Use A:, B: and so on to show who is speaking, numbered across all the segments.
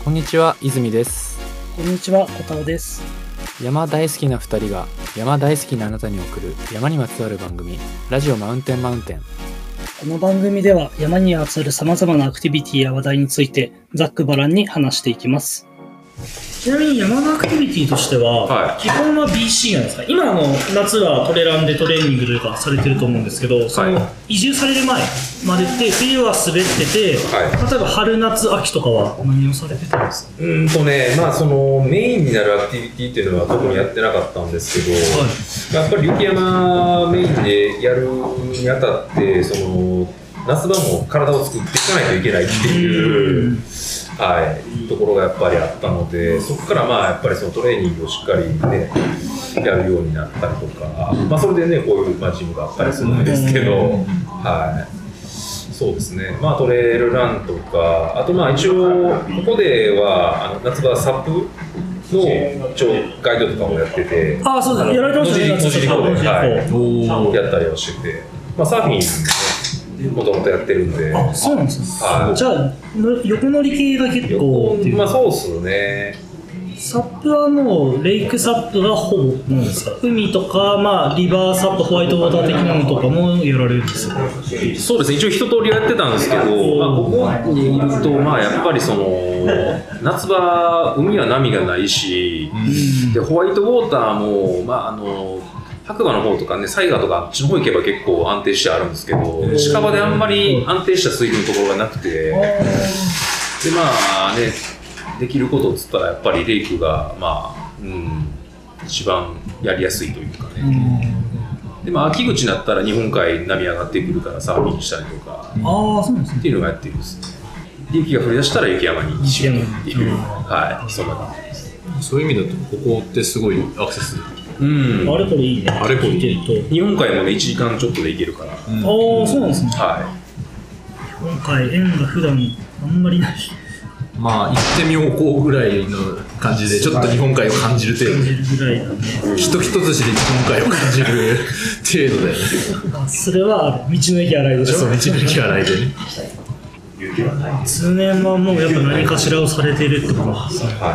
A: こんにちは、泉です。
B: こんにちは、小太郎です。
A: 山大好きな2人が山大好きなあなたに送る山にまつわる番組、ラジオマウンテンマウンテン。
B: この番組では山にまつわる様々なアクティビティや話題についてざっくばらんに話していきます。ちなみに山のアクティビティとしては、基本は BC なんですか？今夏はトレランでトレーニングというかされてると思うんですけど、その移住される前までって冬は滑ってて、例えば春夏秋とかは何をされてたんですか？
C: そのメインになるアクティビティっていうのは特にやってなかったんですけど、やっぱり雪山メインでやるにあたってその夏場も体を作っていかないといけないっていうところがやっぱりあったので、そこからやっぱりそのトレーニングをしっかりねやるようになったりとか、それでねこういうジムがあったりするんですけど、そうですね、トレイルランとか、あと一応ここでは夏場サップのガイドとかもやってて、
B: そうです、やられてましたね、
C: 野尻湖でやったりはしてて、サーフィンもともとやってるんで。
B: そうなんですか。じゃあ横乗り系が結構っていう。
C: そうっすね。
B: サップはもうレイクサップがほぼなんですか？海とか、リバーサップ、ホワイトウォーター的なのとかもやられるんですか？
C: そうですね、一応一通りやってたんですけど、ここにいるとやっぱりその夏場海は波がないし、でホワイトウォーターも白馬の方とかね、犀川とかあっちの方行けば結構安定してあるんですけど、近場であんまり安定した水分のところがなくて、でできることっつったらやっぱりレイクが一番やりやすいというかね。で秋口になったら日本海波上がってくるからサーフィンしたりとかっていうのがやってるんですね。雪が降り出したら雪山に一緒にっていう、そんな感じです。
D: そういう意味だとここってすごいアクセス。
B: あれこれいいね。
D: あれこれいい。
C: 日本海もね1時間ちょっとで行けるから。
B: そうなんですね。日本海縁が普段あんまりない。
D: 行ってみようこうぐらいの感じでちょっと日本海を感じる程度。一寿で日本海を感じる程度だよね。
B: それは道の駅洗いでしょ。
D: そう、道の駅洗いでね。
B: 通年はもうやっぱ何かしらをされているってことなんですね。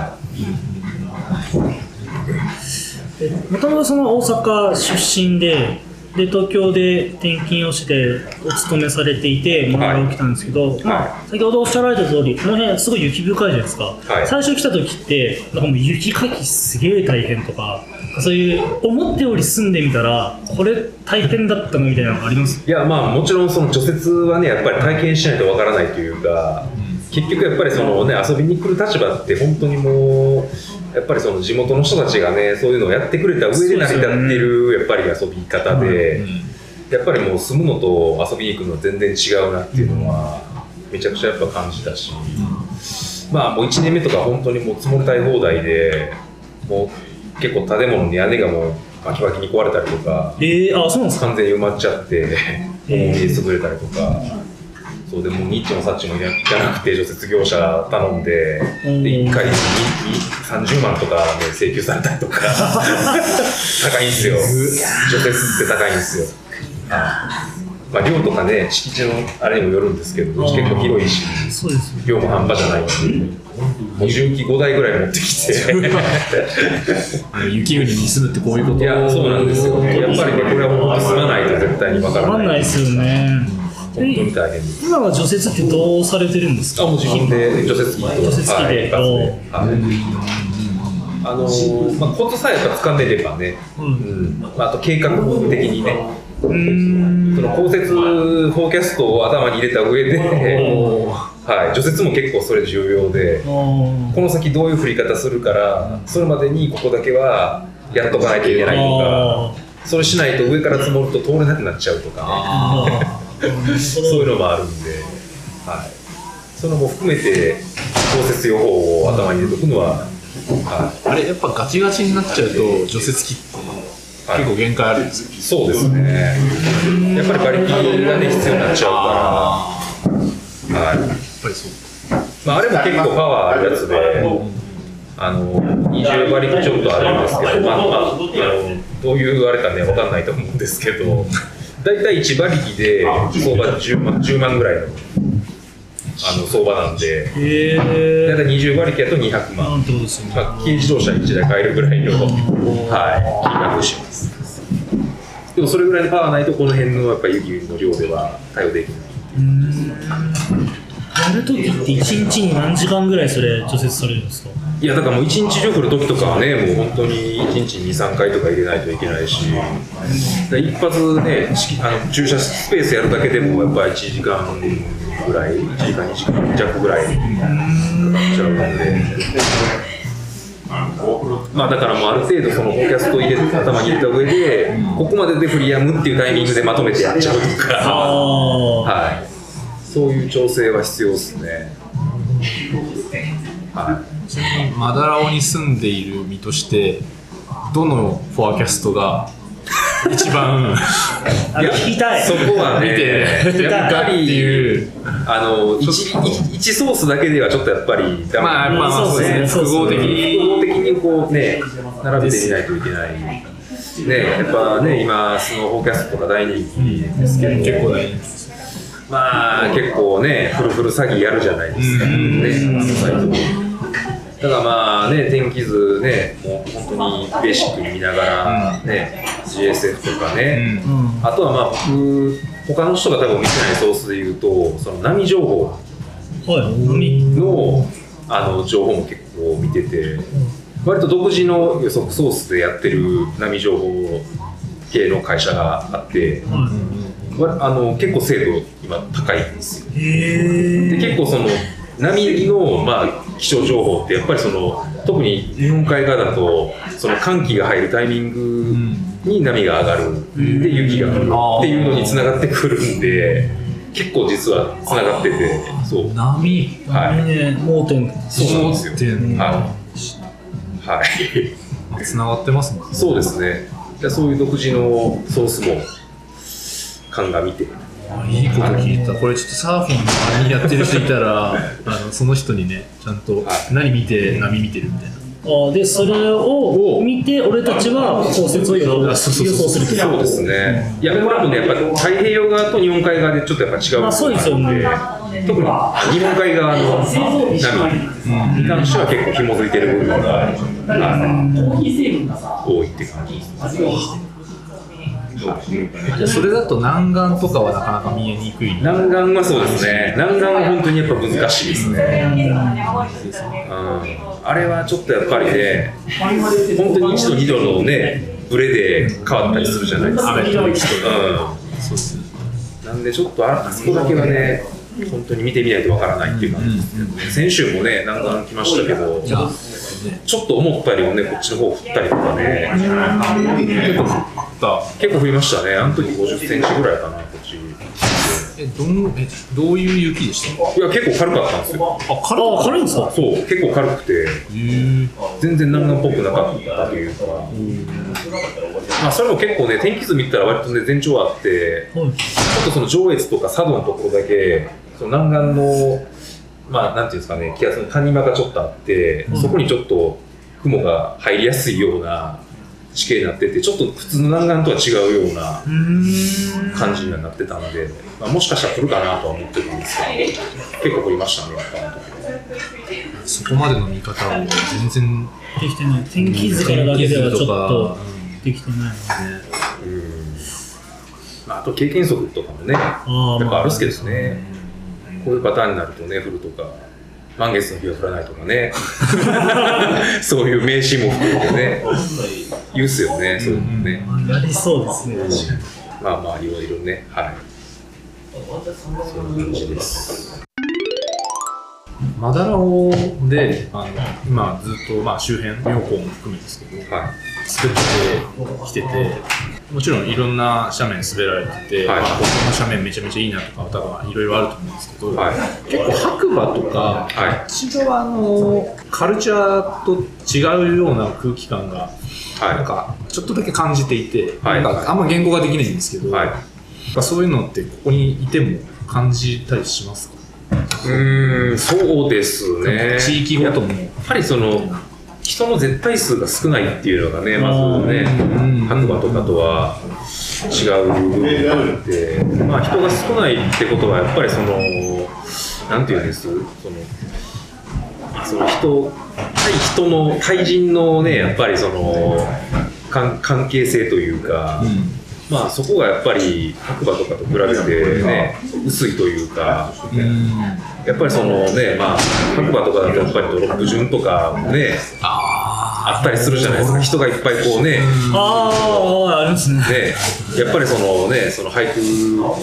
B: もともとその大阪出身で東京で転勤をしてお勤めされていて問題が起きたんですけど、先ほどおっしゃられた通りこの辺すごい雪深いじゃないですか。最初来た時ってもう雪かきすげえ大変とか、そういう思ってより住んでみたらこれ大変だったのみたいなのがあります？
C: いやもちろんその除雪はねやっぱり体験しないとわからないというか、結局やっぱりそのね遊びに来る立場って本当にもうやっぱりその地元の人たちがねそういうのをやってくれた上で成り立っているやっぱり遊び方で、やっぱりもう住むのと遊びに行くのは全然違うなっていうのはめちゃくちゃやっぱ感じたし、もう1年目とか本当にもう積もりたい放題で、もう結構建物の屋根がもうバキバキに壊れたりとか、
B: そうなんですか？
C: 完全に埋まっちゃって潰れたりとか。そうでもニッチもサッチもいかなくて除雪業者頼んで、1回に30万とかで請求されたりとか高いんですよ。除雪って高いんですよ。量とかね敷地のあれにもよるんですけど、結構広いし量も半端じゃないんで、もう重機5台ぐらい持ってきて
D: 雪国に住むってこういうこと。
C: いやそうなんですよ。やっぱりねこれは本当住まないと絶対にわからない。
B: わかんないですよね。
C: 本当に大変です。
B: 今は除雪ってどうされてるんですか？
C: もう自分で除雪機と
B: 除雪機で、
C: コツさえやっぱ掴んでればね、あと計画的にね、その降雪フォーキャストを頭に入れた上で除雪も結構それ重要で、この先どういう降り方するからそれまでにここだけはやっとかないといけないとか、それしないと上から積もると通れなくなっちゃうとかねそういうのもあるんで、そのも含めて降雪予報を頭に入れておくのは、
D: あれやっぱガチガチになっちゃうと除雪機って結構限界あるんですか？
C: そうですね、やっぱり馬力がね必要になっちゃうから、やっぱりそう、あれも結構パワーあるやつで、20馬力ちょっとあるんですけど、どういうあれかね分かんないと思うんですけど、だいたい1馬力で相場10万ぐらいの相場なんで、だいたい20馬力やと200万、軽自動車1台買えるぐらいの、はい、金額します。でもそれぐらいのパワーないとこの辺のやっぱり雪の量では対応できない。
B: やるときって1日に何時間ぐらいそれ除雪されるんですか？
C: いやだからもう1日中降るときとかはね、もう本当に1日に 2,3 回とか入れないといけないし、一発ね、駐車スペースやるだけでもやっぱり1時間ぐらい、1時間2時間弱ぐらいかかっちゃうので、まあだからもうある程度そのフォーキャストを頭に入れた上で、ここまででフリーアムっていうタイミングでまとめてやっちゃうとか、はい、そういう調整は必要ですね。はい。
D: マダラオに住んでいる身としてどのフォアキャストが一番
B: 聞きたい、
C: そこはね
D: 見てやっぱりっていう
C: 1ソースだけではちょっとやっぱりダメ、
D: まあそうですね、複合的
C: にこうね並べてみないといけないね。やっぱね今スノーフォーキャストとか大人気ですけど、
D: 結構大人気です。
C: まあ結構ねフルフル詐欺やるじゃないですか、ね、だからまあね、天気図ね、もう本当にベーシックに見ながらね、GSF とかね、あとはまあ僕、他の人が多分見てないソースで言うと、その波情報の情報も結構見てて、割と独自の予測ソースでやってる波情報系の会社があって、結構精度今高いんですよ。で結構その波のまあ気象情報ってやっぱりその特に日本海側だとその寒気が入るタイミングに波が上がる、で雪が降るっていうのにつながってくるんで、結構実はつながってて、そう
D: 波、
C: はい
B: ね、盲点、
C: そうなんですよ、はい、
D: つながってますもんね。
C: そうですね。そういう独自のソースも鑑みて。
D: いいこと聞いた。これちょっとサーフィンの波やってる人いたらその人にねちゃんと何見て波見てるみたいな。
B: でそれを見て俺たちは降雪を予想する。
C: そうですね。いやこれもねやっぱ太平洋側と日本海側でちょっとやっぱ違う。
B: そうですよね。
C: 特に日本海側の波に関しては結構紐づいてる部分が多いって感じです。
D: それだと南岸とかはなかなか見えにくい。
C: 南岸はそうですね。南岸は本当にやっぱ難しいですね。あれはちょっとやっぱりね、本当に1度2度のねブレで変わったりするじゃないですか。なんでちょっとあそこだけはね本当に見てみないとわからないっていう感じですね。先週もね南岸来ましたけど、ちょっと思ったよりもねこっちの方降ったりとかね、結構降りましたね。あの時50センチぐらいかなこっち。
D: どういう雪でしたか？
C: いや結構軽かったんですよ。
B: 軽いんですか？
C: そう結構軽くて全然南岸っぽくなかったというか、まあそれも結構ね天気図見たら割とね前兆あって、ちょっとその上越とか佐渡のところだけその南岸のまあなんていうんですかね気圧の谷間がちょっとあって、そこにちょっと雲が入りやすいような地形になってて、ちょっと普通の南岸とは違うような感じにはなってたんで、まあ、もしかしたら降るかなとは思ってたんですけど、結構降りましたね。
D: そこまでの見方を全然
B: できてない。天気図からだけではちょっとできてないですね。
C: あと経験則とかもねやっぱあるんですけどね、こういうパターンになるとね降るとか満月の日は降らないとかねそういう名詞も含めてね言うっすよね。そういうのね
B: やりそうですね。
C: まあまあいろいろね、はい、そういう感じです。
D: マダラオで今ずっと、まあ、周辺妙高も含めですけど、滑ってきてて、もちろんいろんな斜面滑られてて、ここの斜面めちゃめちゃいいなとか多分いろいろあると思うんですけど、結構白馬とか、あっち側のカルチャーと違うような空気感がなんかちょっとだけ感じていて、なんかあんま言語ができないんですけど、そういうのってここにいても感じたりしますか？
C: そうですね。
D: 地域ごとも
C: やっぱりその人の絶対数が少ないっていうのがねまずね白馬とかとは違う部分があって、まあ人が少ないってことはやっぱりそのなんていうんです、その対人のね、やっぱりその関係性というか、まあそこがやっぱり白馬とかと比べてね、薄いというか、やっぱりそのね、まあ白馬とかだとやっぱりドロップ順とかもね、あったりするじゃないですか。人がいっぱいこうね、
B: ありますね。
C: やっぱりそのね、その俳句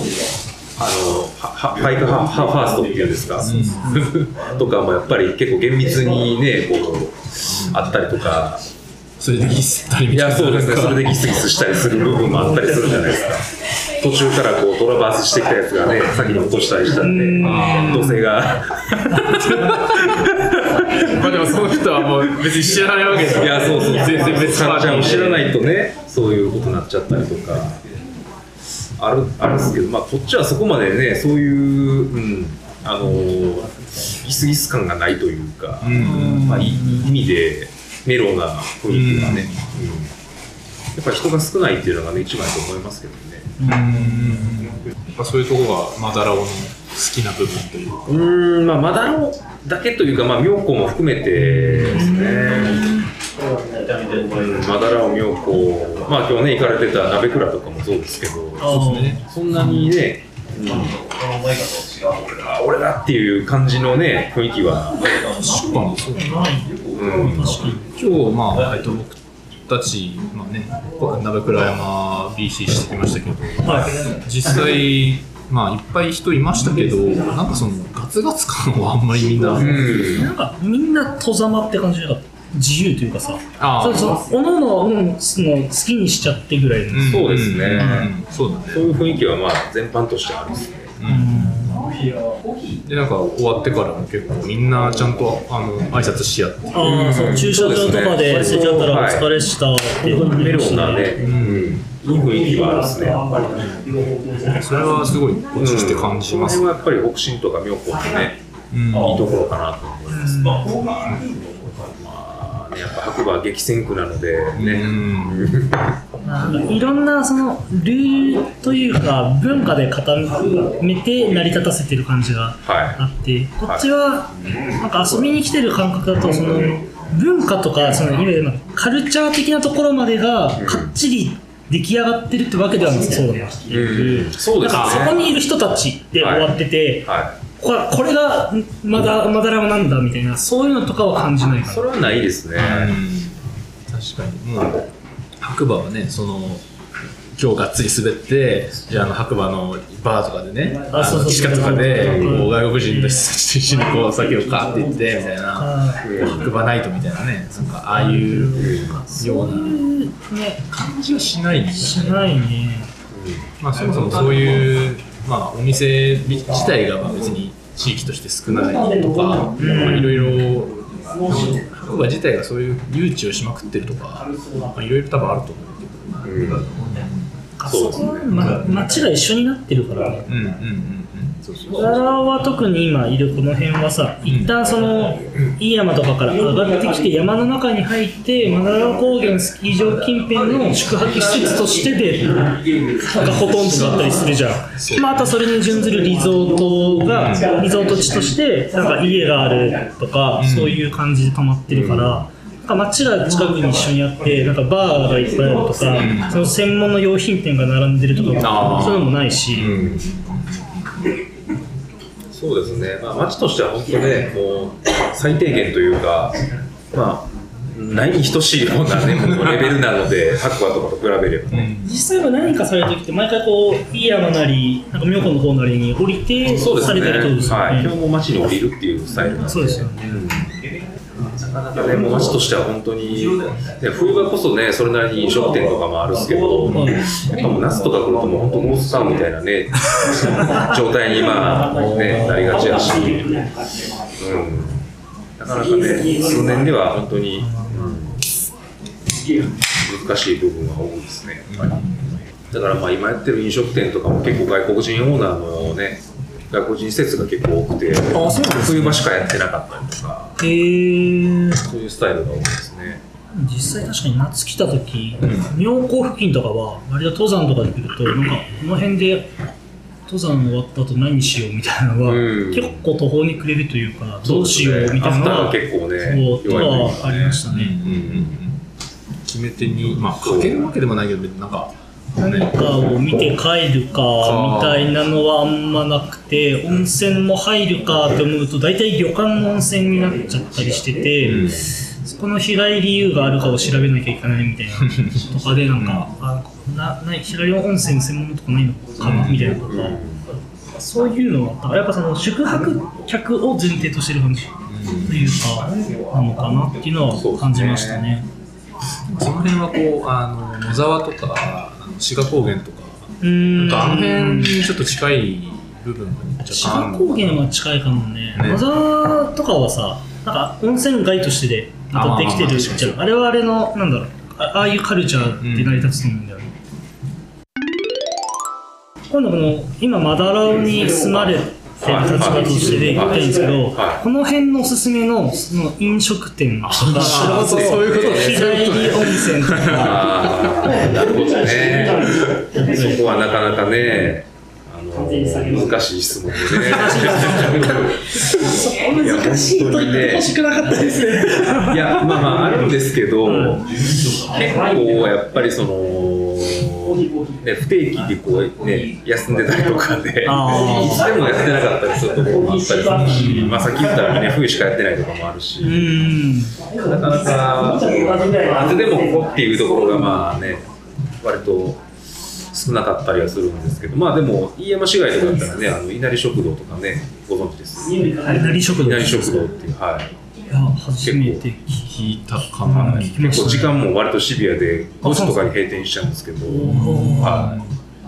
C: 俳句ファーストっていうんですか、とかもやっぱり結構厳密にね、こうあったりとか。
D: それでギスったりみたいな。
C: いや、そうですね。それでギスギスしたりする部分もあったりするじゃないですか。途中からこうトラバースしてきたやつがね、先に落としたりしたんで、土星が。
D: まあでもその人はもう別に知らないわけですよ。
C: いや、そうそう。
D: 全然別に
C: 知らないとね、そういうことになっちゃったりとか。あるんですけど、まあこっちはそこまでね、そういう、ギスギス感がないというか、まあいい意味で。メロな雰囲気がね、やっぱり人が少ないっていうのがね、一番だと思いますけどね。
D: そういうところがマダラオの好きな部分というか。
C: まあマダラオだけというか、まあ妙高も含めてですね。マダラオ、妙高、まあ今日ね行かれてた鍋倉とかもそうですけど、そうですね。そんなにね。俺だっていう感じのね、雰囲気は
D: 確かにそう今日、まあ僕たち、まあね、鍋倉山 BC してきましたけど、実際、まあ、いっぱい人いましたけど、なんかそのガツガツ感はあんまりみんな、
B: なんかみんな戸ざまって感じだった。自由というかさ、おのおの好きにしちゃってぐらいの。
C: そうですね。
D: そうだね。
C: そういう雰囲気はまあ全般としてあるんですね。
D: でなんか終わってからも結構みんなちゃんと挨拶し合って、
B: そう駐車場とかで捨てちゃったらお疲れしたって
C: メロンなね、いい雰囲気はあるんですね。やっぱ
D: りそれはすごいこっち来て感じます。
C: これはやっぱり北進とか妙高のね、いいところかなと思います。やっぱ白馬は激戦区なのでね、
B: いろんなそのルールというか文化で固めて成り立たせてる感じがあって、こっちはなんか遊びに来てる感覚だとその文化とかそのいわゆるカルチャー的なところまこっちり出来上がってるってわけではなさそうだなっていう、そこにいる人たちで終わってて。これがまだらまなんだみたいな、そういうのとかは感じないかな。
C: それはないですね。
D: 確かにもう白馬はね、その今日がっつり滑って、じゃあ白馬のバーとかでね、地下とかで外国人の人たちと一緒にこう酒をカーっていってみたいな、白馬ナイトみたいなね、なんかああいうような感じはしないんですよね。
B: しないね。
D: まあそもそもそういうまあお店自体が別に地域として少ないとか、いろいろ白馬自体がそういう誘致をしまくってるとか、いろいろ多分あると思うけど、
B: あそこは街が一緒になってるからね。マダラオは特に今いるこの辺はさ、一旦その飯山とかから上がってきて山の中に入ってマダラオ高原スキー場近辺の宿泊施設としてでがほとんどだったりするじゃん。またそれに準ずるリゾート地としてなんか家があるとか、そういう感じで溜まってるから。街が近くに一緒にあってなんかバーがいっぱいあるとか、その専門の用品店が並んでるとかそういうのもないし、
C: そうですね、まあ、街としては本当ね、もう最低限というか、まあ、ないに等しいような、ね、もうレベルなので、白馬とかと比べれば、
B: 実際は何かされるときって、毎回こう、飯山なり、なんか妙高の方なりに降りて、されたりとですよね。
C: 今日も街に降りるっていうスタイルなんで、
B: そうですよね。
C: なかなかね、もう街としては本当に、冬場こそね、それなりに飲食店とかもあるんですけど、やっぱもう夏とか来ると、もう本当、ゴーストタウンみたいなね、状態に今、ね、なりがちだし、なかなかね、数年では本当に、難しい部分は多いですね、やっぱり。だからまあ今やってる飲食店とかも結構外国人オーナーのね、外国人施設が結構多くて、冬場しかやってなかったりとか、そういうスタイルが多いですね。
B: 実際確かに夏来た時、妙高付近とかは割と登山とかで来るとなんかこの辺で登山終わった後何しようみたいなのは、結構途方に暮れるというか、どうしようみたいなのは
C: 結構ね、
B: そうはありましたね。
D: 決め手にかけるわけでもないけど、なんか
B: 何かを見て帰るかみたいなのはあんまなくて、温泉も入るかって思うと大体旅館の温泉になっちゃったりしてて、そこの日帰り理由があるかを調べなきゃいけないみたいなとかで、なんか日帰り温泉専門のとこないのかなみたいなとか、そういうのはやっぱその宿泊客を前提としてる感じというかなのかなっていうのは感じましたね。
D: その辺はこう野沢とか志賀高原とか、なんかあの辺にちょっと近い部分が
B: 志賀高原は近いかもね。野沢とかはさ、なんか温泉街としてでまたできてるじゃん。あれはあれのなんだろう、ああいうカルチャーで成り立つと思うんだよね。今度この今マダラオに住まれてる立場としてで言いたいんですけど、この辺のおすすめのその飲食店とか、
D: そういうことね。
B: 日帰り温泉とか、
C: なるほどね。そこはなかなかね、難しい質問でね。
B: 難しいと言ってほしくなかったですね。
C: いや、あるんですけど、結構やっぱりその、不定期でこう、休んでたりとかで、いつでもやってなかったりするところもあったりするし、さっき言ったら冬しかやってないとかもあるし、なかなか、いつでもここっていうところが割と少なかったりはするんですけど、でも飯山市街とかだったらね、稲荷食堂とかね、ご存知です。
B: 稲荷食堂
C: っていう、
B: いや初めて
D: 聞いたかな。
C: 結構時間も割とシビアで5時とかに閉店しちゃうんですけど、も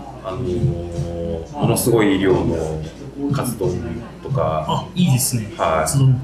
C: のすごい量のカツ丼とか、
B: いいですね。
C: カツ丼、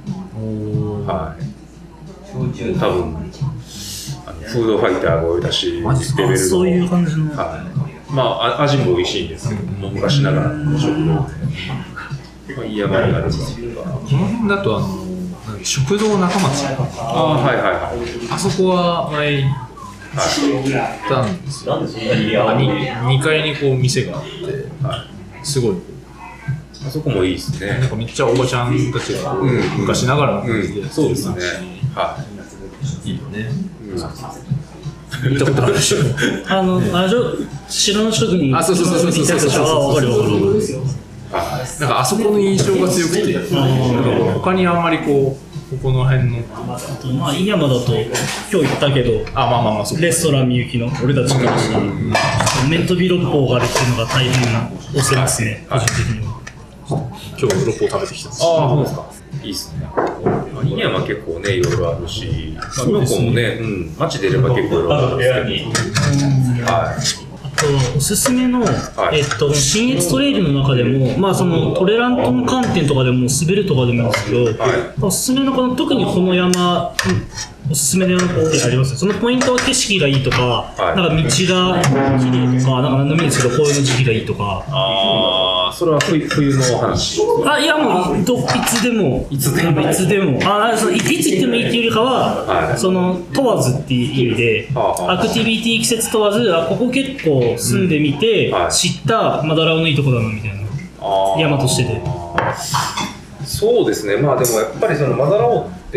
C: 多分フードファイターが多いだし、レベルの
B: そういう感じの、
C: 味も美味しいんですけど、もう昔ながらの食堂で、飯山にあるんですけど、こ
D: の辺だと食堂中町、あそこは前行ったんですよ。2階にこう店があって、すごい
C: あそこもいいですね。
D: なんかめっちゃおばちゃんたちが昔ながらの感じで、
C: そうですね。
D: いいよね。見たことあるでしょ。
B: 白の近くに。
D: そう。
B: わかる。
D: なんかあそこの印象が強くて、他にあんまりここの辺の。
B: 飯山だと今日行ったけど、レストランみゆきの俺たちからしたら、メントビ六方があるっていうのが大変なお世話ですね、個人的には。
D: 今日六方食べてきたんです。
C: そうですか。いいっすね。飯山結構ね、いろいろあるし、妙高もね、街出れば結構いろいろあるんですけど。
B: あとおすすめの、信越トレイルの中でも、そのトレラントの観点とかでも滑るとかでもいいんですけど、おすすめの特にこの山、おすすめの山ってありますよ。そのポイントは景色がいいとか、なんか道が綺麗とか、なんか何でもいいんですけど、紅葉の時期がいいとか。
C: それは冬の話。
B: いやもういつでも。いつ行ってもいいっていうよりかは、その問わずっていう意味で、アクティビティ季節問わず、ここ結構住んでみて、知ったマダラオのいいとこだなみたいな山としてで。
C: そうですね。でもやっぱりそのマダラオって、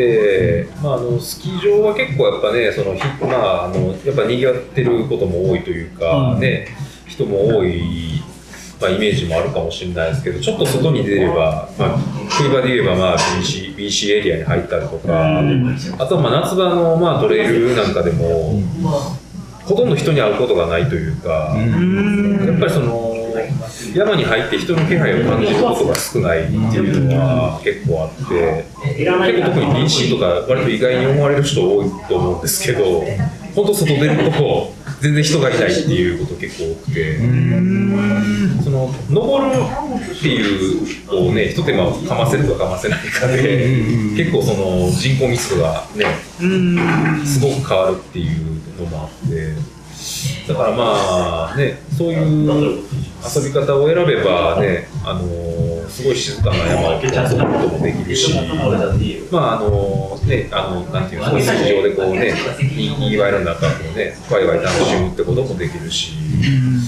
C: スキー場は結構やっぱね、やっぱ賑わってることも多いというかね、人も多い。イメージもあるかもしれないですけど、ちょっと外に出れば、冬場で言えばBC エリアに入ったりとか、あとは夏場のトレイルなんかでも、ほとんど人に会うことがないというか、やっぱりその山に入って人の気配を感じることが少ないっていうのは結構あって、結構特に BC とか割と意外に思われる人多いと思うんですけど、本当外出ると全然人がいないっていうこと結構多くて、その登るっていうこうね、一手間かませるかかませないかで、結構その人口密度がね、すごく変わるっていうのもあって、だからそういう遊び方を選べばね、すごい静かな山を遊ぶこともできるし、なんていうの、スキー場でこうね、にぎわいの中をね、ワイワイ楽しむってこともできるし、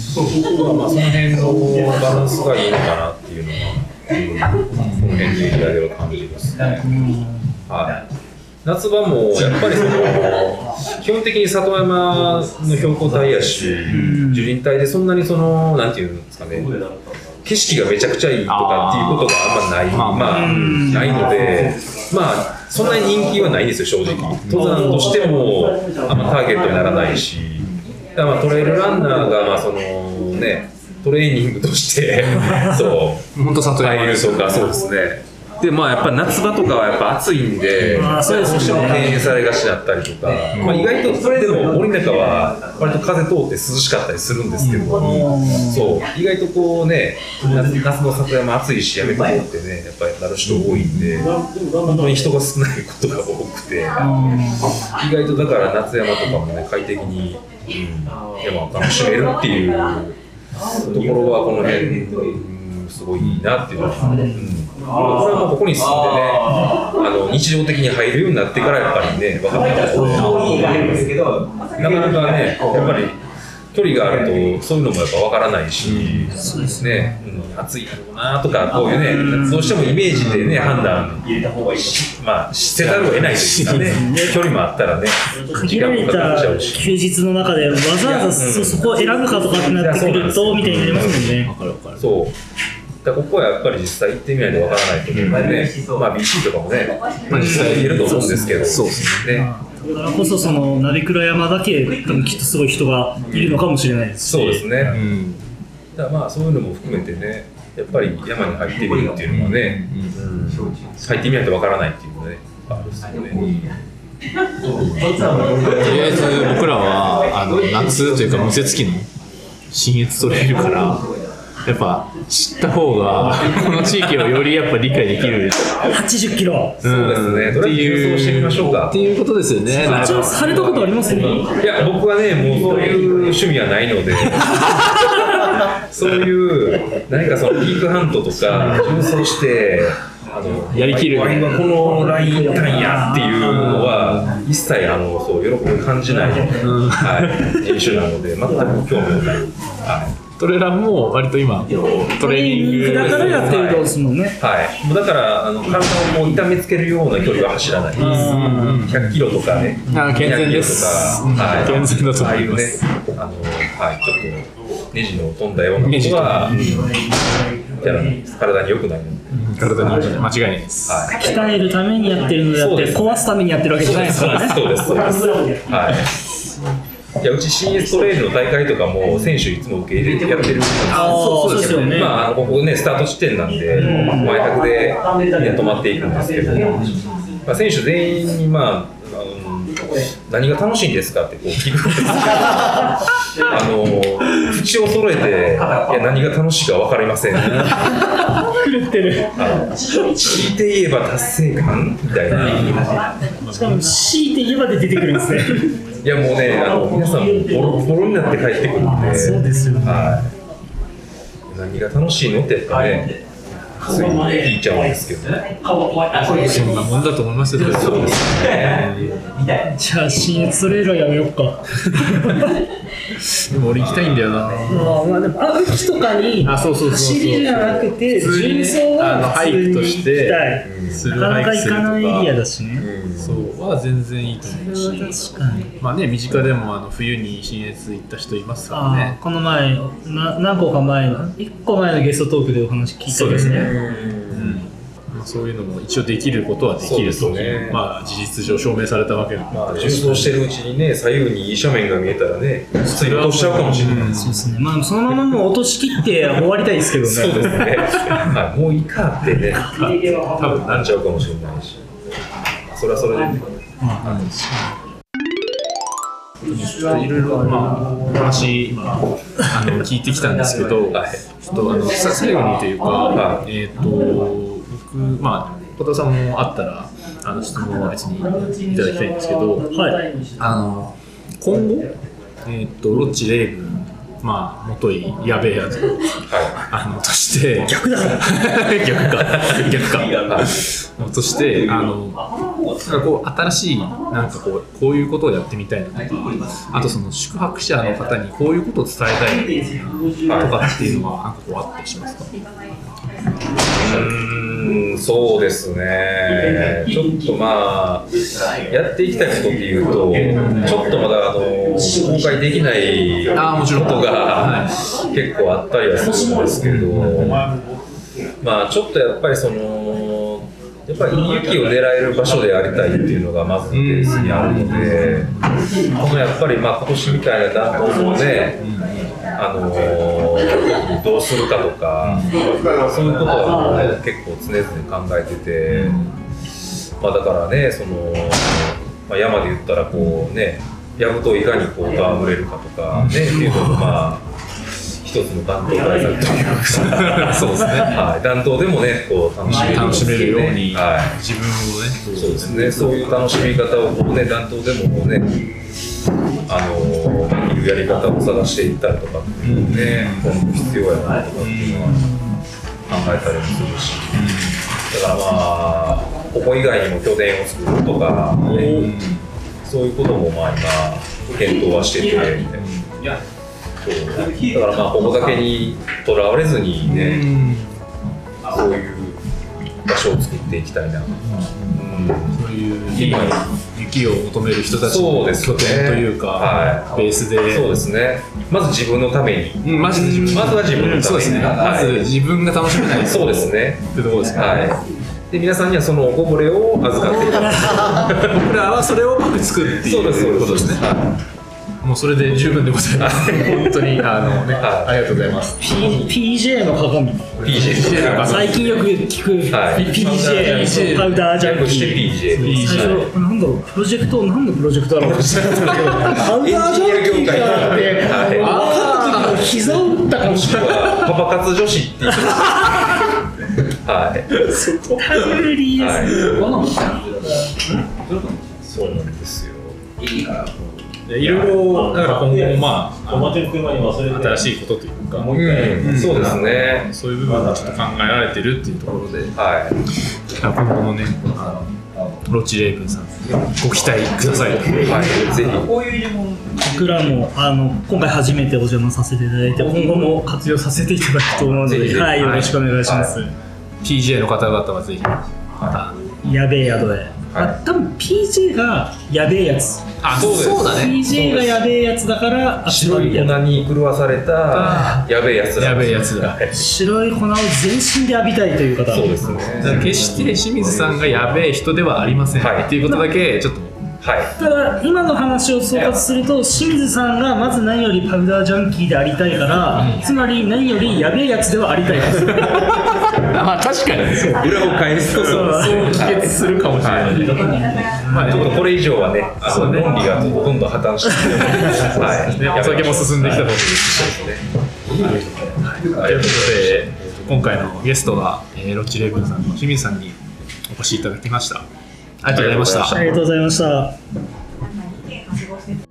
C: その辺のバランスがいいのかなっていうのは、この辺でいただける感じですね。はい。夏場もやっぱり基本的に里山の標高帯やし、樹林帯でそんなになんていうんですかね、景色がめちゃくちゃいいとかっていうことがあんまない、ないので、そんなに人気はないんですよ、正直。登山としてもあんまターゲットにならないし、だからトレイルランナーがトレーニングとして
D: 本当里山
C: とか、そうですね。でやっぱ夏場とかはやっぱ暑いんで、どうしても敬遠されがちだったりとか、意外とそれでも森の中は割と風通って涼しかったりするんですけど、意外と夏の里山暑いしやめとこうってね、やっぱりなる人多いんで、本当に人が少ないことが多くて、意外とだから夏山とかもね、快適に、山を楽しめるっていうところはこの辺、すごいいいなっていうのは。これはもうここに住んでね、日常的に入るようになってからやっぱりね、分かったので、なかなかね、やっぱり距離があるとそういうのもやっぱ分からないし、ね、暑いだろうなとか、こういうね、どうしてもイメージでね、判断せざるを得ないというかね、距離もあったらね、
B: 限られた休日の中でわざわざそこを選ぶかとかってなってくるとみたいになりますもんね。
C: そうだここはやっぱり実際行ってみないとわからないと思うのでね、BC とかもね、実際言えると思うんですけど、そうですね。
B: だからこそ鍋倉山だけ多分きっとすごい人がいるのかもしれないですし、
C: そうですね。だからそういうのも含めてね、やっぱり山に入ってみるっていうのはね、入ってみないとわからないっていうのね、あるんですよね。
D: とりあえず僕らは夏というか無雪期の信越トレイルからやっぱ知った方がこの地域をよりやっぱ理解できる
B: 80キロ、
C: そうですね。とりあえず予想してみましょうか
D: っていうことですよね。
B: 一応されたことありますね。
C: いや僕はねもうそういう趣味はないのでそういう何かピークハントとか重走して
D: やりきる
C: このライン行ったんやっていうのは一切喜びを感じない、練習なので全く興味がない。
D: トレランも割と今トレーニング
B: だからやってるんですもんね。
C: もうだから体を痛めつけるような距離は走らないです。100キロとかね、
D: 健全です。健全だと思います。
C: ちょっとネジの飛んだようなことは体に良くないので。
D: 体に間違いないです。
B: 鍛えるためにやってるのであって壊すためにやってるわけじゃないですからね。
C: そうです。いやうち CS トレイルの大会とかも選手いつも受け入れてやってるんですけど、
B: そうですよね。
C: ここねスタート地点なんで前泊で、止まっていくんですけど、選手全員に何が楽しいんですかって聞くんです口を揃えていや何が楽しいか分かりません。
B: 狂ってる。
C: 強いて言えば達成感みたいな。
B: しかも強いて言えばで出てくるんですね。
C: いやもうね皆さんもボロボロになって帰ってくるんで。
B: そうですよね。
C: 何が楽しいのってやっぱねつい聞いちゃうんですけどね。
D: そんなもんだと思いますよ。そうですね。
B: じゃあ信越トレイルはやめようか。
D: でも俺行きたいんだよな。
B: でも雨季とかに走りじゃなくて重走は
D: ハイクとして
B: なかなか行かないエリアだしね。
D: そうは全然いいと思うし、身近でも冬に信越行った人いますからね。
B: この前何個か前の1個前のゲストトークでお話聞いたんですね。
D: そういうのも一応できることはできると、事実上証明されたわけだから、
C: 重走してるうちにね左右にいい斜面が見えたらねつい落としちゃうかもしれない。
B: そうですね。そのままもう落としきって終わりたいですけどね。
C: そうですね。もういいかってね多分なっちゃうかもしれないし、それはそれでね。
D: いろいろお話聞いてきたんですけど、ちょっと最後にというか、僕小田さんもあったら質問は別にいただきたいんですけど、今後ロッチレイブ元いやべえやつとして逆かとしてなんかこう新しいなんかこういうことをやってみたいなとか、あとその宿泊者の方にこういうことを伝えたいとかっていうのはなんかこうあったりしますか？
C: そうですね。ちょっとまあやっていきたいことっていうと、ちょっとまだ公開できないことが結構あったりはするんですけど、まあちょっとやっぱりやっぱり雪を狙える場所でありたいっていうのがまずベースにあるので、やっぱりまあ今年みたいな暖冬もね、どうするかとか、そういうことは結構常々考えてて、まあ、だからね、まあ、山で言ったらこうね、藪といかにこう戯れるかとかね、っていうのもまあ一つの暖冬対策というか、そうですね。はい、暖冬でもね、こう楽しめるように、はい、自分をね、そうですね、そういう楽しみ方をこうね、暖冬でもね、できるやり方を探していったりとかっていうのもね、今後必要やなとかっていうのは考えたりもするし、だからまあここ以外にも拠点を作るとか、ね、そういうこともまあ今検討はしてて、そうだからまあここだけにとらわれずにね、そういう場所を作っていきたいな。
D: そういう今雪を求める人たちの拠点というか、はい、ベースで、
C: そうですね。まず自分のために、
D: まずは自分のために、そうですね。まず自分が楽しめない、
C: そうですね。
D: ってところですね。
C: はい。で皆さんにはそのおこぼれを預かっていただく。
D: 僕らはそれをうまく作るっていうことですね。もうそれで十分でございます。本当にね、ありがとうございます。
B: PJ の鏡。
C: PJ
B: 最近よく聞く PJ パウダージャンキー。最初なんだろう、プロジェクト何のプロジェクトだろう。パウダージャンキーがあって、ああ膝を打ったかもしれない。
C: パパ活女子っていう。はい。
B: タイムリーです。
C: そうなんですよ。
D: いろいろだから今後もまあ新しいことというか、
C: そうですね。
D: そういう部分がちょっと考えられてるっていうところで、今後のね、ロッチレイブンさんご期待ください。
C: はい、ぜひ。
B: 僕らも今回初めてお邪魔させていただいて、今後も活用させていただくと思うので、はい、よろしくお願いします。
D: PJ の方々はぜひ
B: やべえ宿へ。多分 PJ がやべえやつ。
D: そうだね。
B: PJ がやべえやつだから
C: 白い粉に狂わされたやべえやつだ。
D: やべえやつだ。
B: 白い粉を全身で浴びたいという方。
C: そうですね。
D: 決して清水さんがやべえ人ではありません。っていうことだけちょっと。
B: ただ今の話を総括すると、清水さんがまず何よりパウダージャンキーでありたいから、つまり何よりやべえやつではありたいです。
D: まあ確かに
C: 裏を返すと
D: そう帰結するかもしれない。
C: まあちょっとこれ以上はね、論理がどんどん破綻して、
D: お酒も進んできたと思うんですね。ということで今回のゲストはロッチレイブンさんの清水さんにお越しいただきました。ありがとうございました。
B: ありがとうございました。